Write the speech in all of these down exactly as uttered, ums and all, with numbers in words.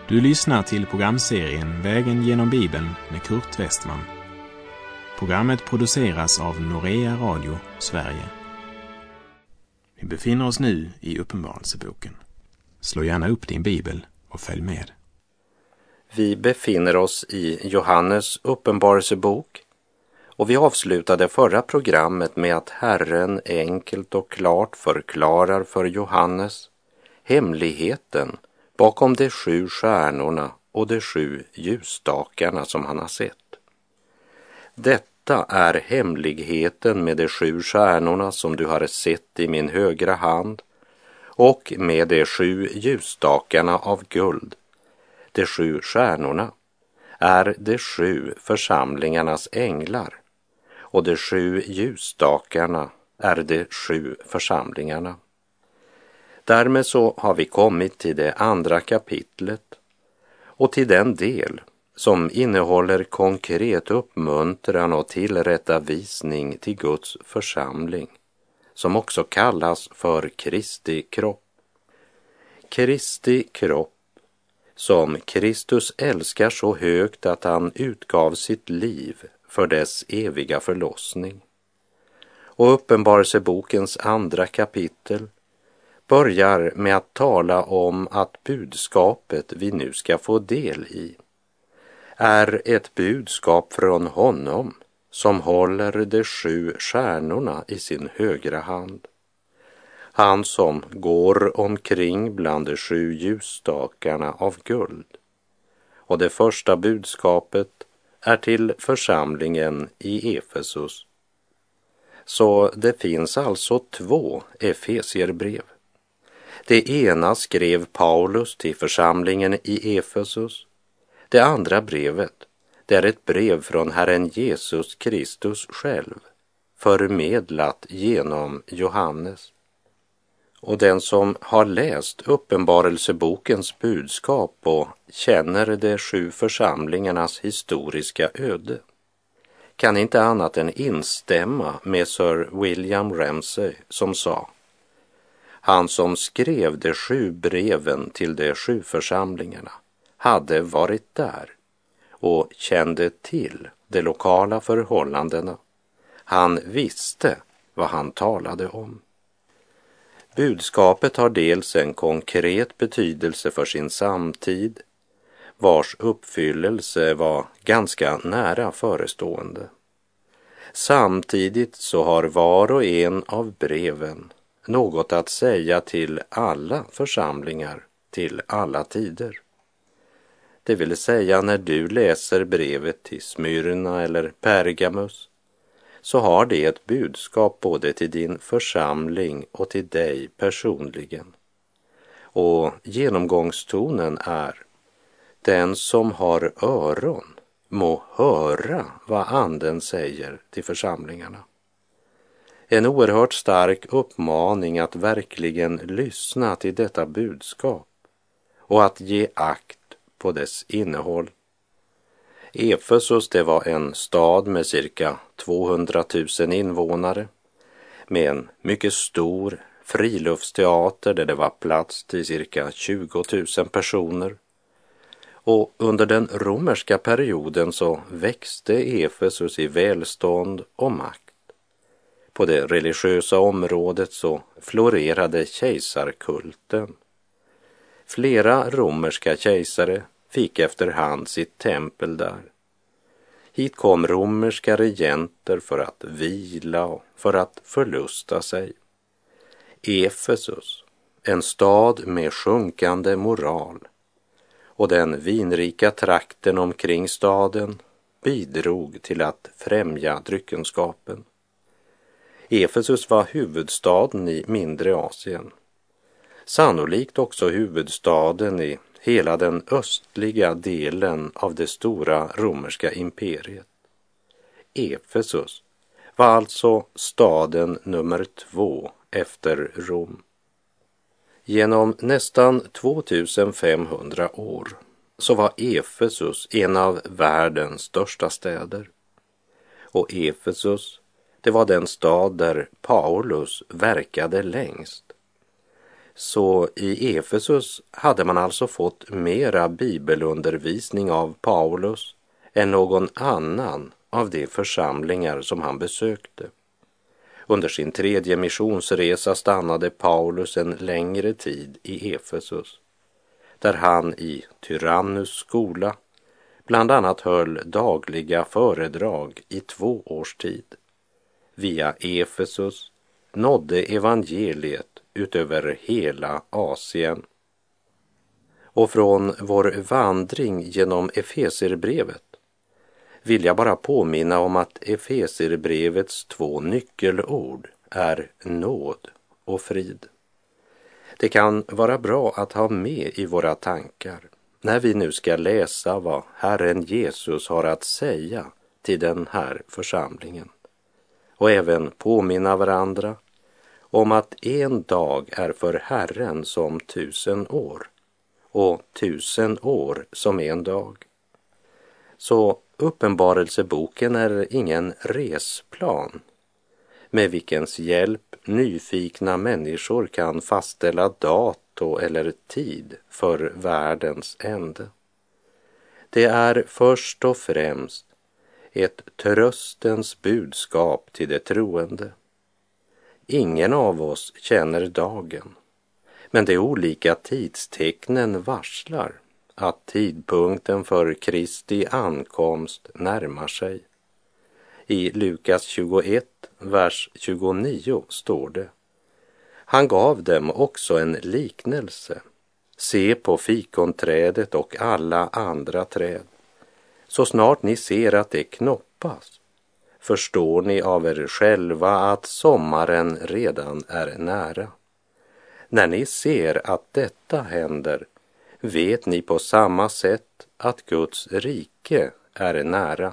Du lyssnar till programserien Vägen genom Bibeln med Kurt Westman. Programmet produceras av Norea Radio, Sverige. Vi befinner oss nu i Uppenbarelseboken. Slå gärna upp din bibel och följ med. Vi befinner oss i Johannes uppenbarelsebok och vi avslutade förra programmet med att Herren enkelt och klart förklarar för Johannes hemligheten bakom de sju stjärnorna och de sju ljusstakarna som han har sett. Detta är hemligheten med de sju stjärnorna som du har sett i min högra hand och med de sju ljusstakarna av guld. De sju stjärnorna är de sju församlingarnas änglar och de sju ljusstakarna är de sju församlingarna. Därmed så har vi kommit till det andra kapitlet och till den del som innehåller konkret uppmuntran och tillrättavisning till Guds församling, som också kallas för Kristi kropp. Kristi kropp, som Kristus älskar så högt att han utgav sitt liv för dess eviga förlossning. Och Uppenbarelsebokens andra kapitel börjar med att tala om att budskapet vi nu ska få del i är ett budskap från honom som håller de sju stjärnorna i sin högra hand. Han som går omkring bland de sju ljusstakarna av guld. Och det första budskapet är till församlingen i Efesus. Så det finns alltså två Efesierbrev. Det ena skrev Paulus till församlingen i Efesus. Det andra brevet, det är ett brev från Herren Jesus Kristus själv, förmedlat genom Johannes. Och den som har läst Uppenbarelsebokens budskap och känner de sju församlingarnas historiska öde kan inte annat än instämma med Sir William Ramsay som sa: han som skrev de sju breven till de sju församlingarna hade varit där och kände till de lokala förhållandena. Han visste vad han talade om. Budskapet har dels en konkret betydelse för sin samtid, vars uppfyllelse var ganska nära förestående. Samtidigt så har var och en av breven något att säga till alla församlingar till alla tider. Det vill säga, när du läser brevet till Smyrna eller Pergamus så har det ett budskap både till din församling och till dig personligen. Och genomgångstonen är: den som har öron må höra vad anden säger till församlingarna. En oerhört stark uppmaning att verkligen lyssna till detta budskap och att ge akt på dess innehåll. Efesus, det var en stad med cirka tvåhundratusen invånare, med en mycket stor friluftsteater där det var plats till cirka tjugotusen personer. Och under den romerska perioden så växte Efesus i välstånd och makt. På det religiösa området så florerade kejsarkulten. Flera romerska kejsare fick efterhand sitt tempel där. Hit kom romerska regenter för att vila och för att förlusta sig. Efesus, en stad med sjunkande moral, och den vinrika trakten omkring staden bidrog till att främja dryckenskapen. Efesus var huvudstaden i mindre Asien, sannolikt också huvudstaden i hela den östliga delen av det stora romerska imperiet. Efesus var alltså staden nummer två efter Rom. Genom nästan tvåtusenfemhundra år så var Efesus en av världens största städer. Och Efesus, det var den stad där Paulus verkade längst. Så i Efesus hade man alltså fått mera bibelundervisning av Paulus än någon annan av de församlingar som han besökte. Under sin tredje missionsresa stannade Paulus en längre tid i Efesus, där han i Tyrannus skola bland annat höll dagliga föredrag i två års tid. Via Efesus nådde evangeliet utöver hela Asien. Och från vår vandring genom Efeserbrevet vill jag bara påminna om att Efeserbrevets två nyckelord är nåd och frid. Det kan vara bra att ha med i våra tankar när vi nu ska läsa vad Herren Jesus har att säga till den här församlingen. Och även påminna varandra om att en dag är för Herren som tusen år och tusen år som en dag. Så Uppenbarelseboken är ingen resplan med vilkens hjälp nyfikna människor kan fastställa dato eller tid för världens ände. Det är först och främst ett tröstens budskap till det troende. Ingen av oss känner dagen, men de olika tidstecknen varslar att tidpunkten för Kristi ankomst närmar sig. I Lukas tjugoett, vers tjugonio står det: Han gav dem också en liknelse. Se på fikonträdet och alla andra träd. Så snart ni ser att det knoppas, förstår ni av er själva att sommaren redan är nära. När ni ser att detta händer, vet ni på samma sätt att Guds rike är nära.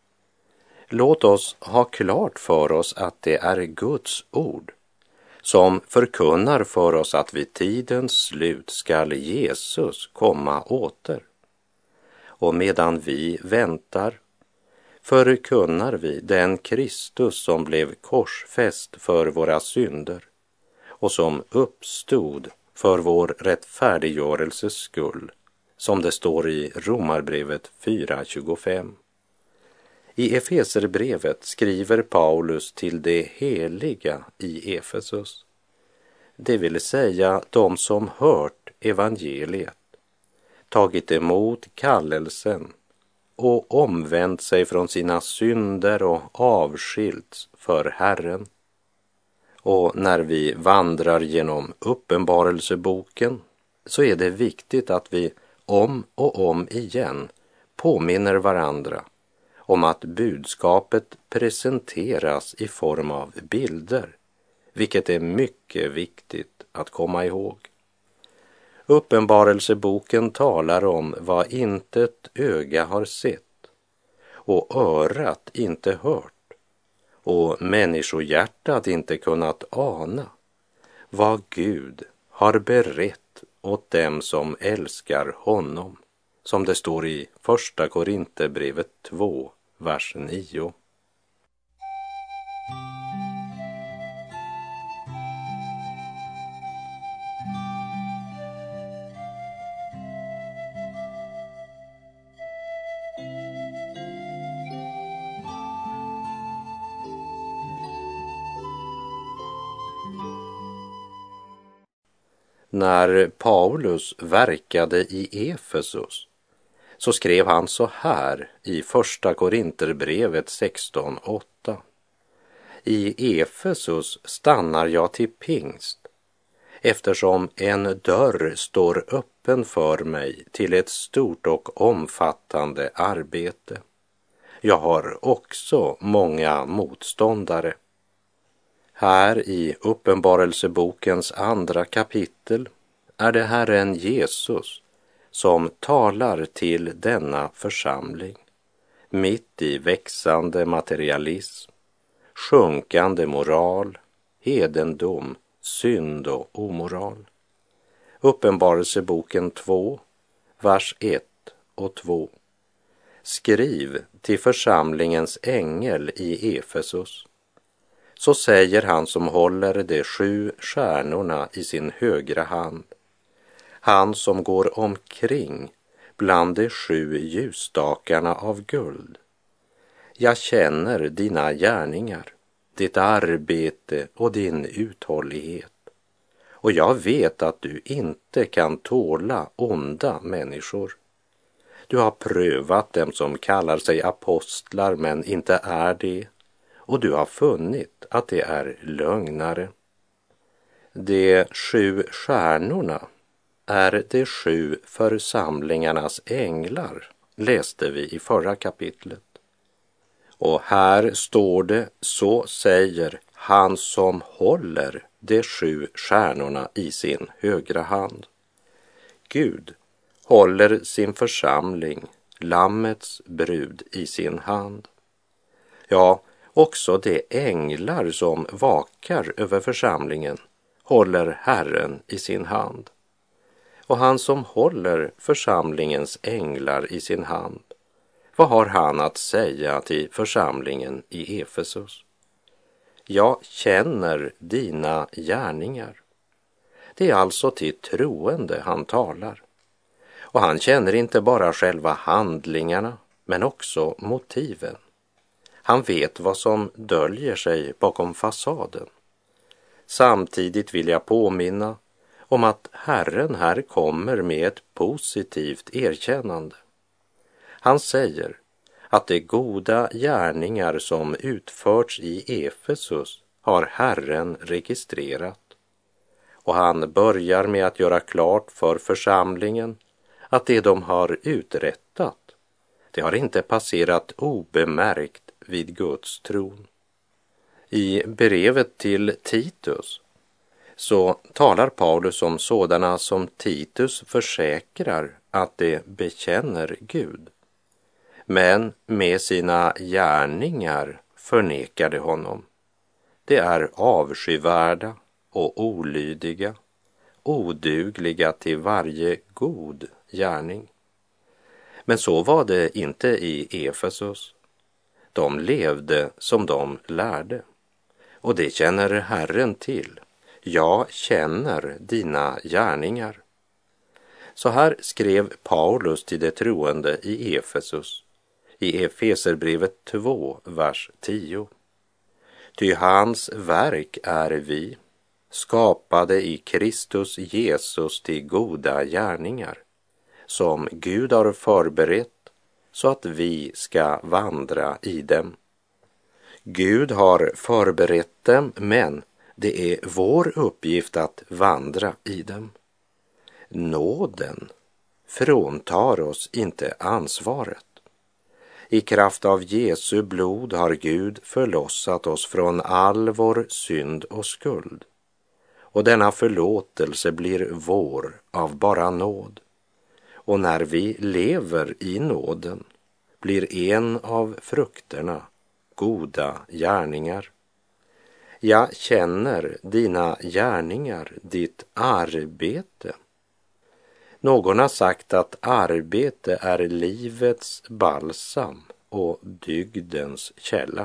Låt oss ha klart för oss att det är Guds ord som förkunnar för oss att vid tidens slut skall Jesus komma åter. Och medan vi väntar förkunnar vi den Kristus som blev korsfäst för våra synder och som uppstod för vår rättfärdiggörelses skull, som det står i Romarbrevet fyra tjugofem. I Efeserbrevet skriver Paulus till de heliga i Efesus, det vill säga de som hört evangeliet, tagit emot kallelsen och omvänt sig från sina synder och avskilts för Herren. Och när vi vandrar genom Uppenbarelseboken så är det viktigt att vi om och om igen påminner varandra om att budskapet presenteras i form av bilder, vilket är mycket viktigt att komma ihåg. Uppenbarelseboken talar om vad intet öga har sett och örat inte hört och människohjärtat inte kunnat ana, vad Gud har berett åt dem som älskar honom, som det står i första Korinterbrevet två, vers nio. När Paulus verkade i Efesus så skrev han så här i första Korinterbrevet sexton åtta. I Efesus stannar jag till pingst, eftersom en dörr står öppen för mig till ett stort och omfattande arbete. Jag har också många motståndare. Här i Uppenbarelsebokens andra kapitel är det Herren Jesus som talar till denna församling mitt i växande materialism, sjunkande moral, hedendom, synd och omoral. Uppenbarelseboken två, vers ett och två. Skriv till församlingens ängel i Efesus. så säger han som håller de sju stjärnorna i sin högra hand, han som går omkring bland de sju ljusstakarna av guld: jag känner dina gärningar, ditt arbete och din uthållighet, och jag vet att du inte kan tåla onda människor. Du har prövat dem som kallar sig apostlar men inte är det, och du har funnit att det är lögnare. De sju stjärnorna är de sju församlingarnas änglar, läste vi i förra kapitlet. Och här står det: så säger han som håller de sju stjärnorna i sin högra hand. Gud håller sin församling, lammets brud, i sin hand. Ja, också de änglar som vakar över församlingen håller Herren i sin hand. Och han som håller församlingens änglar i sin hand, vad har han att säga till församlingen i Efesus? Jag känner dina gärningar. Det är alltså till troende han talar. Och han känner inte bara själva handlingarna, men också motiven. Han vet vad som döljer sig bakom fasaden. Samtidigt vill jag påminna om att Herren här kommer med ett positivt erkännande. Han säger att de goda gärningar som utförts i Efesus har Herren registrerat. Och han börjar med att göra klart för församlingen att det de har uträttat, det har inte passerat obemärkt vid Guds tron. I brevet till Titus så talar Paulus om sådana som Titus försäkrar att de bekänner Gud, men med sina gärningar förnekar de honom. De är avskyvärda och olydiga, odugliga till varje god gärning. Men så var det inte i Efesus. De levde som de lärde, och det känner Herren till. Jag känner dina gärningar. Så här skrev Paulus till de troende i Efesus, i Efeserbrevet två, vers tio. Ty hans verk är vi, skapade i Kristus Jesus till goda gärningar, som Gud har förberett så att vi ska vandra i dem. Gud har förberett dem, men det är vår uppgift att vandra i dem. Nåden fråntar oss inte ansvaret. I kraft av Jesu blod har Gud förlossat oss från all vår synd och skuld. Och denna förlåtelse blir vår av bara nåd. Och när vi lever i nåden blir en av frukterna goda gärningar. Jag känner dina gärningar, ditt arbete. Någon har sagt att arbete är livets balsam och dygdens källa.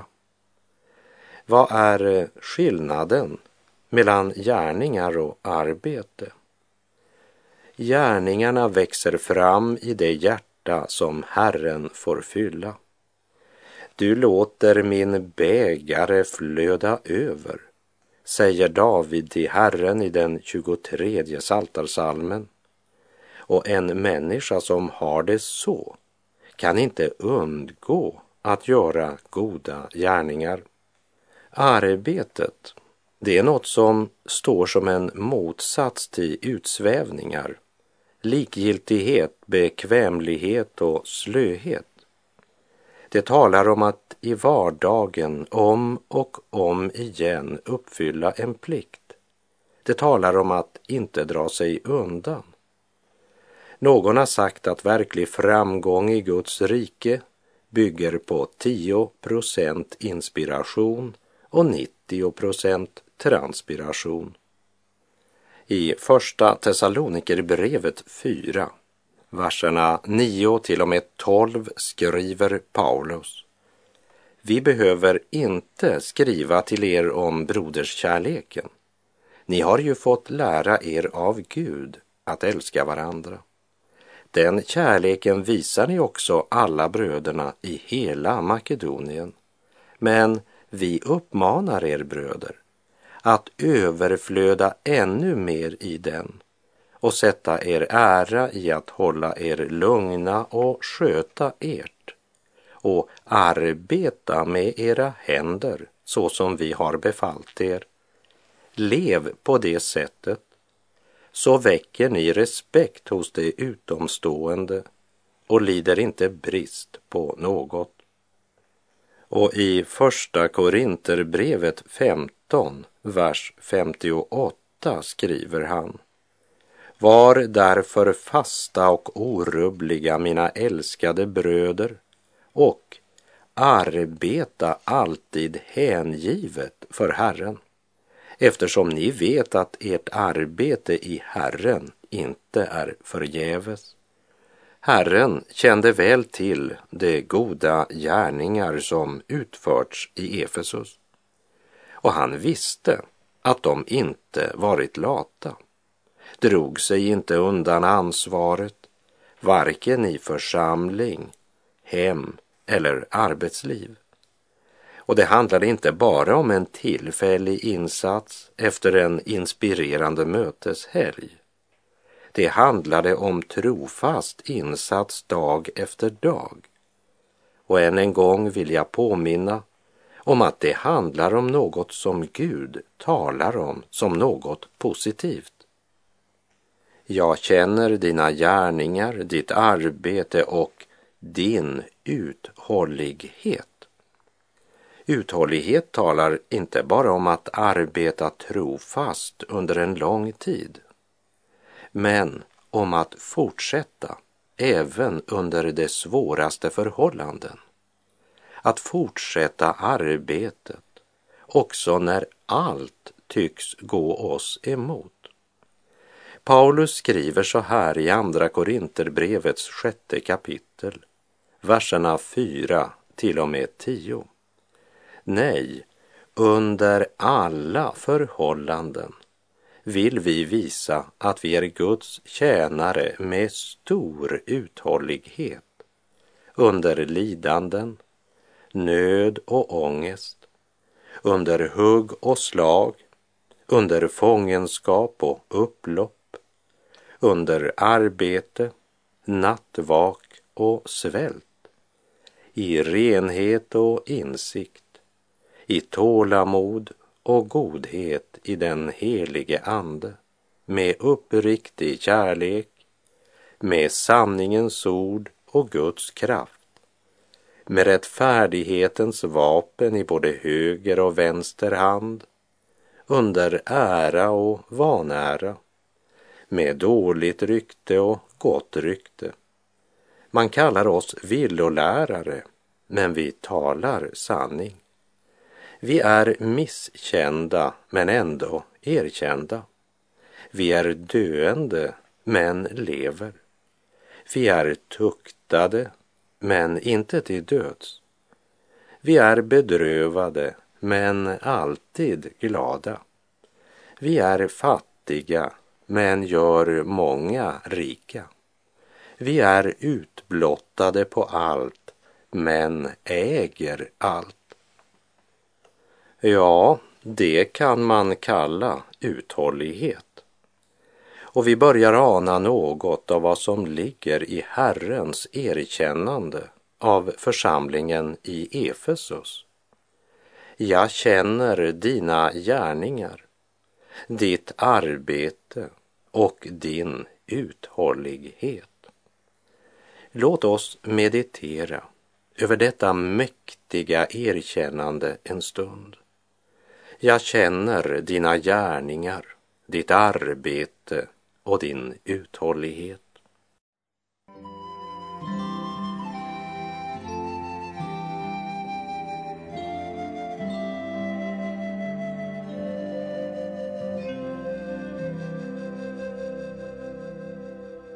Vad är skillnaden mellan gärningar och arbete? Gärningarna växer fram i det hjärta som Herren får fylla. Du låter min bägare flöda över, säger David till Herren i den tjugotredje psaltarpsalmen. Och en människa som har det så kan inte undgå att göra goda gärningar. Arbetet, det är något som står som en motsats till utsvävningar, likgiltighet, bekvämlighet och slöhet. Det talar om att i vardagen om och om igen uppfylla en plikt. Det talar om att inte dra sig undan. Någon har sagt att verklig framgång i Guds rike bygger på tio procent inspiration och nittio procent transpiration. I första Thessalonikerbrevet fyra, verserna nio till och med tolv skriver Paulus: Vi behöver inte skriva till er om broderskärleken. Ni har ju fått lära er av Gud att älska varandra. Den kärleken visar ni också alla bröderna i hela Makedonien. Men vi uppmanar er bröder att överflöda ännu mer i den och sätta er ära i att hålla er lugna och sköta ert och arbeta med era händer så som vi har befallt er. Lev på det sättet, så väcker ni respekt hos de utomstående och lider inte brist på något. Och i första Korinterbrevet femton, vers femtioåtta skriver han: Var därför fasta och orubbliga, mina älskade bröder, och arbeta alltid hängivet för Herren, eftersom ni vet att ert arbete i Herren inte är förgäves. Herren kände väl till de goda gärningar som utförts i Efesus, och han visste att de inte varit lata, drog sig inte undan ansvaret, varken i församling, hem eller arbetsliv. Och det handlade inte bara om en tillfällig insats efter en inspirerande möteshelg. Det handlade om trofast insats dag efter dag. Och än en gång vill jag påminna om att det handlar om något som Gud talar om som något positivt. Jag känner dina gärningar, ditt arbete och din uthållighet. Uthållighet talar inte bara om att arbeta trofast under en lång tid, men om att fortsätta även under de svåraste förhållanden. Att fortsätta arbetet också när allt tycks gå oss emot. Paulus skriver så här i andra Korinterbrevets sjätte kapitel, verserna fyra till och med tio. Nej, under alla förhållanden vill vi visa att vi är Guds tjänare med stor uthållighet, under lidanden, nöd och ångest, under hugg och slag, under fångenskap och upplopp, under arbete, nattvak och svält, i renhet och insikt, i tålamod och godhet i den helige ande, med uppriktig kärlek, med sanningens ord och Guds kraft, med rättfärdighetens vapen i både höger och vänster hand, under ära och vanära, med dåligt rykte och gott rykte. Man kallar oss villolärare, men vi talar sanning. Vi är misskända, men ändå erkända. Vi är döende, men lever. Vi är tuktade, men inte till döds. Vi är bedrövade, men alltid glada. Vi är fattiga, men gör många rika. Vi är utblottade på allt, men äger allt. Ja, det kan man kalla uthållighet. Och vi börjar ana något av vad som ligger i Herrens erkännande av församlingen i Efesus. Jag känner dina gärningar, ditt arbete och din uthållighet. Låt oss meditera över detta mäktiga erkännande en stund. Jag känner dina gärningar, ditt arbete och din uthållighet.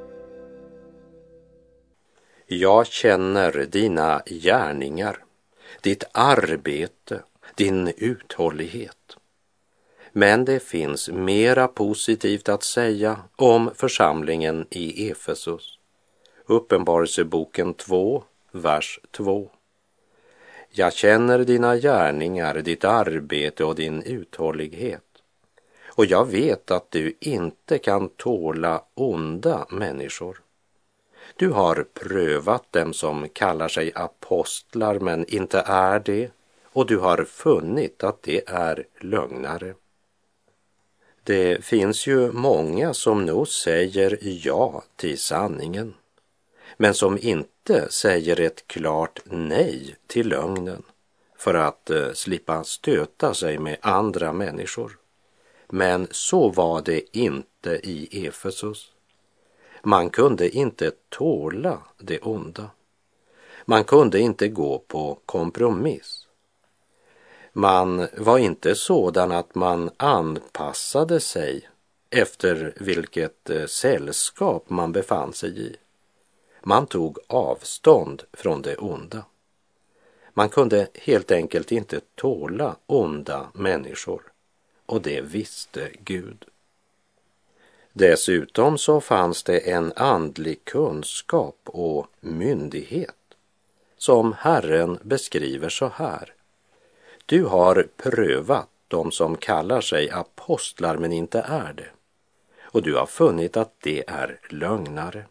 Jag känner dina gärningar, ditt arbete, din uthållighet. Men det finns mera positivt att säga om församlingen i Efesos. Uppenbarelseboken två, vers två. Jag känner dina gärningar, ditt arbete och din uthållighet. Och jag vet att du inte kan tåla onda människor. Du har prövat dem som kallar sig apostlar men inte är det, och du har funnit att det är lögnare. Det finns ju många som nog säger ja till sanningen, men som inte säger ett klart nej till lögnen för att eh, slippa stöta sig med andra människor. Men så var det inte i Efesos. Man kunde inte tåla det onda. Man kunde inte gå på kompromiss. Man var inte sådan att man anpassade sig efter vilket eh, sällskap man befann sig i. Man tog avstånd från det onda. Man kunde helt enkelt inte tåla onda människor, och det visste Gud. Dessutom så fanns det en andlig kunskap och myndighet som Herren beskriver så här. Du har prövat de som kallar sig apostlar men inte är det, och du har funnit att det är lögnare.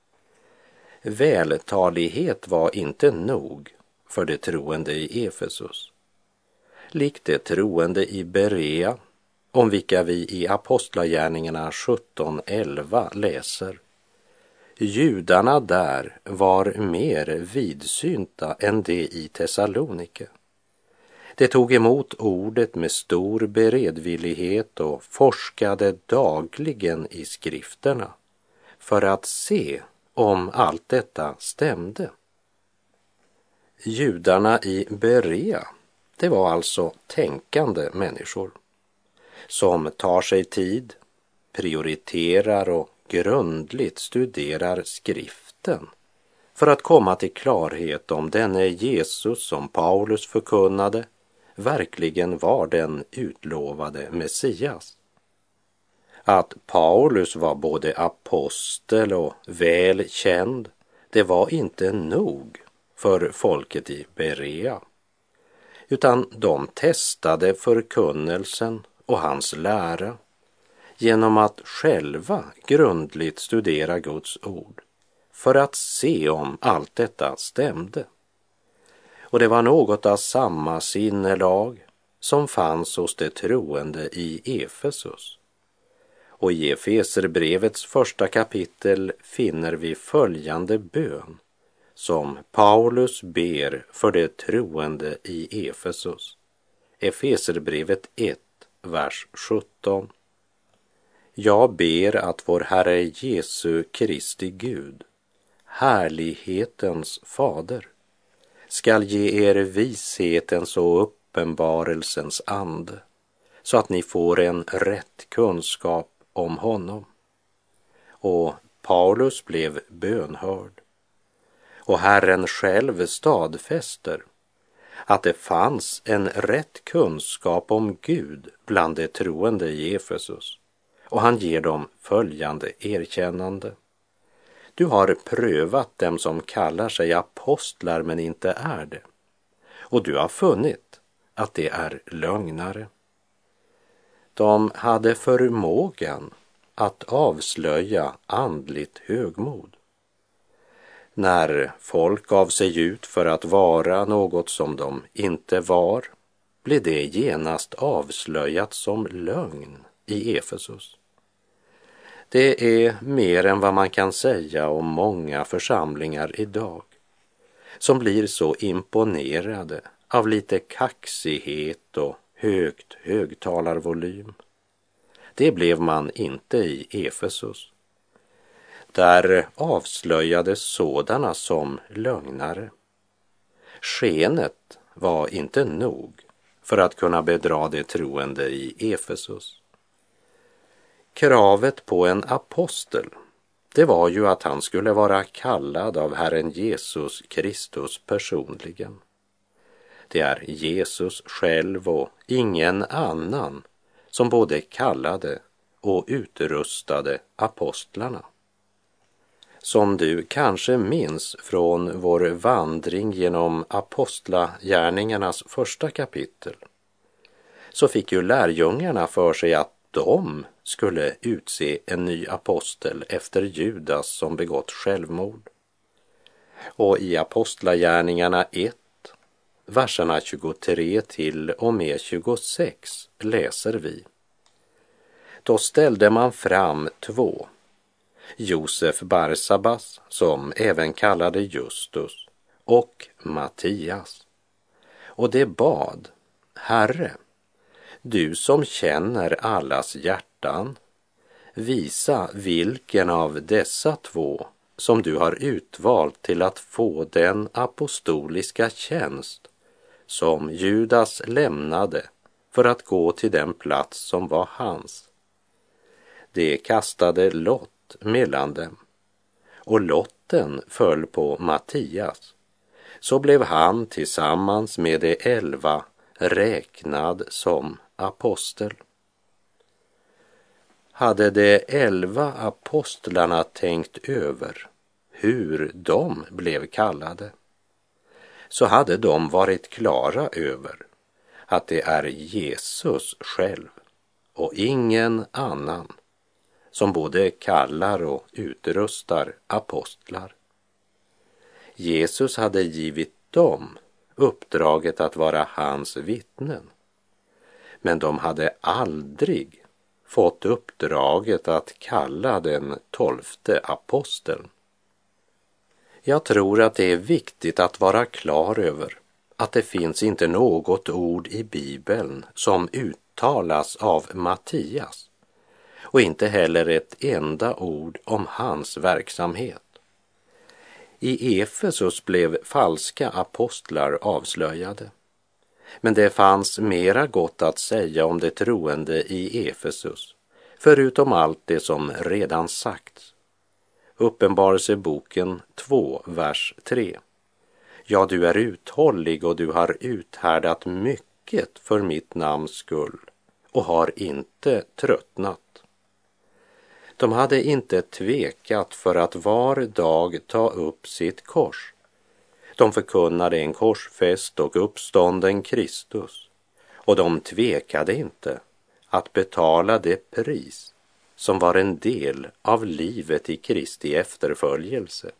Vältalighet var inte nog för de troende i Efesos. Likt de troende i Berea, om vilka vi i Apostlagärningarna sjutton elva läser. Judarna där var mer vidsynta än de i Thessalonike. De tog emot ordet med stor beredvillighet och forskade dagligen i skrifterna för att se om allt detta stämde. Judarna i Berea, det var alltså tänkande människor som tar sig tid, prioriterar och grundligt studerar skriften för att komma till klarhet om denne Jesus som Paulus förkunnade verkligen var den utlovade Messias. Att Paulus var både apostel och väl känd, det var inte nog för folket i Berea, utan de testade förkunnelsen och hans lära genom att själva grundligt studera Guds ord för att se om allt detta stämde. Och det var något av samma sinnelag som fanns hos de troende i Efesos. Och i Efeserbrevets första kapitel finner vi följande bön som Paulus ber för de troende i Efesos. Efeserbrevet ett, vers sjutton. Jag ber att vår Herre Jesu Kristi Gud, härlighetens fader, skall ge er vishetens och uppenbarelsens ande, så att ni får en rätt kunskap om honom. Och Paulus blev bönhörd. Och Herren själv stadfäster att det fanns en rätt kunskap om Gud bland de troende i Efesos. Och han ger dem följande erkännande. Du har prövat dem som kallar sig apostlar men inte är det. Och du har funnit att det är lögnare. De hade förmågan att avslöja andligt högmod. När folk gav sig ut för att vara något som de inte var, blev det genast avslöjat som lögn i Efesos. Det är mer än vad man kan säga om många församlingar idag, som blir så imponerade av lite kaxighet och högt högtalarvolym. Det blev man inte i Efesos. Där avslöjades sådana som lögnare. Skenet var inte nog för att kunna bedra de troende i Efesos. Kravet på en apostel, det var ju att han skulle vara kallad av Herren Jesus Kristus personligen. Det är Jesus själv och ingen annan som både kallade och utrustade apostlarna. Som du kanske minns från vår vandring genom apostlagärningarnas första kapitel, så fick ju lärjungarna för sig att de skulle utse en ny apostel efter Judas som begått självmord. Och i apostlagärningarna ett, verserna tjugotre till och med tjugosex läser vi: Då ställde man fram två, Josef Barsabas, som även kallade Justus, och Mattias. Och det bad: Herre, du som känner allas hjärtan, visa vilken av dessa två som du har utvalt till att få den apostoliska tjänst som Judas lämnade för att gå till den plats som var hans. Det kastade lott mellan dem, och lotten föll på Mattias. Så blev han tillsammans med de elva räknad som apostel. Hade de elva apostlarna tänkt över hur de blev kallade, så hade de varit klara över att det är Jesus själv och ingen annan som både kallar och utrustar apostlar. Jesus hade givit dem uppdraget att vara hans vittnen, men de hade aldrig fått uppdraget att kalla den tolfte aposteln. Jag tror att det är viktigt att vara klar över att det finns inte något ord i Bibeln som uttalas av Mattias, och inte heller ett enda ord om hans verksamhet. I Efesus blev falska apostlar avslöjade, men det fanns mera gott att säga om det troende i Efesus, förutom allt det som redan sagts. Uppenbarelseboken två, vers tre. Ja, du är uthållig och du har uthärdat mycket för mitt namns skull och har inte tröttnat. De hade inte tvekat för att var dag ta upp sitt kors. De förkunnade en korsfäst och uppstånden Kristus, och de tvekade inte att betala det pris som var en del av livet i Kristi efterföljelse.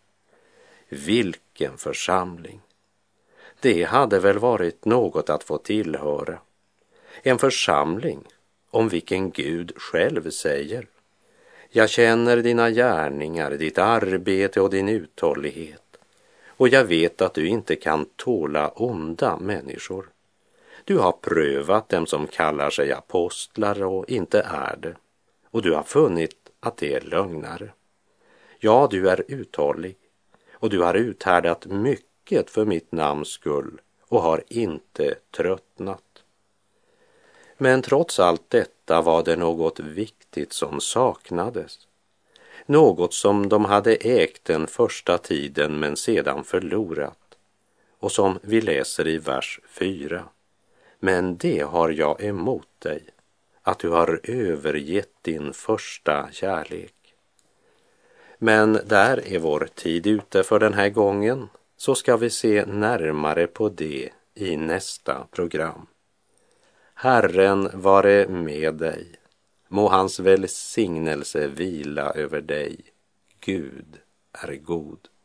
Vilken församling! Det hade väl varit något att få tillhöra. En församling om vilken Gud själv säger: Jag känner dina gärningar, ditt arbete och din uthållighet, och jag vet att du inte kan tåla onda människor. Du har prövat dem som kallar sig apostlar och inte är det, och du har funnit att det är lögnare. Ja, du är uthållig, och du har uthärdat mycket för mitt namns skull och har inte tröttnat. Men trots allt detta var det något viktigt som saknades. Något som de hade ägt den första tiden men sedan förlorat. Och som vi läser i vers fyra. Men det har jag emot dig, att du har övergett din första kärlek. Men där är vår tid ute för den här gången, så ska vi se närmare på det i nästa program. Herren vare med dig, må hans välsignelse vila över dig. Gud är god.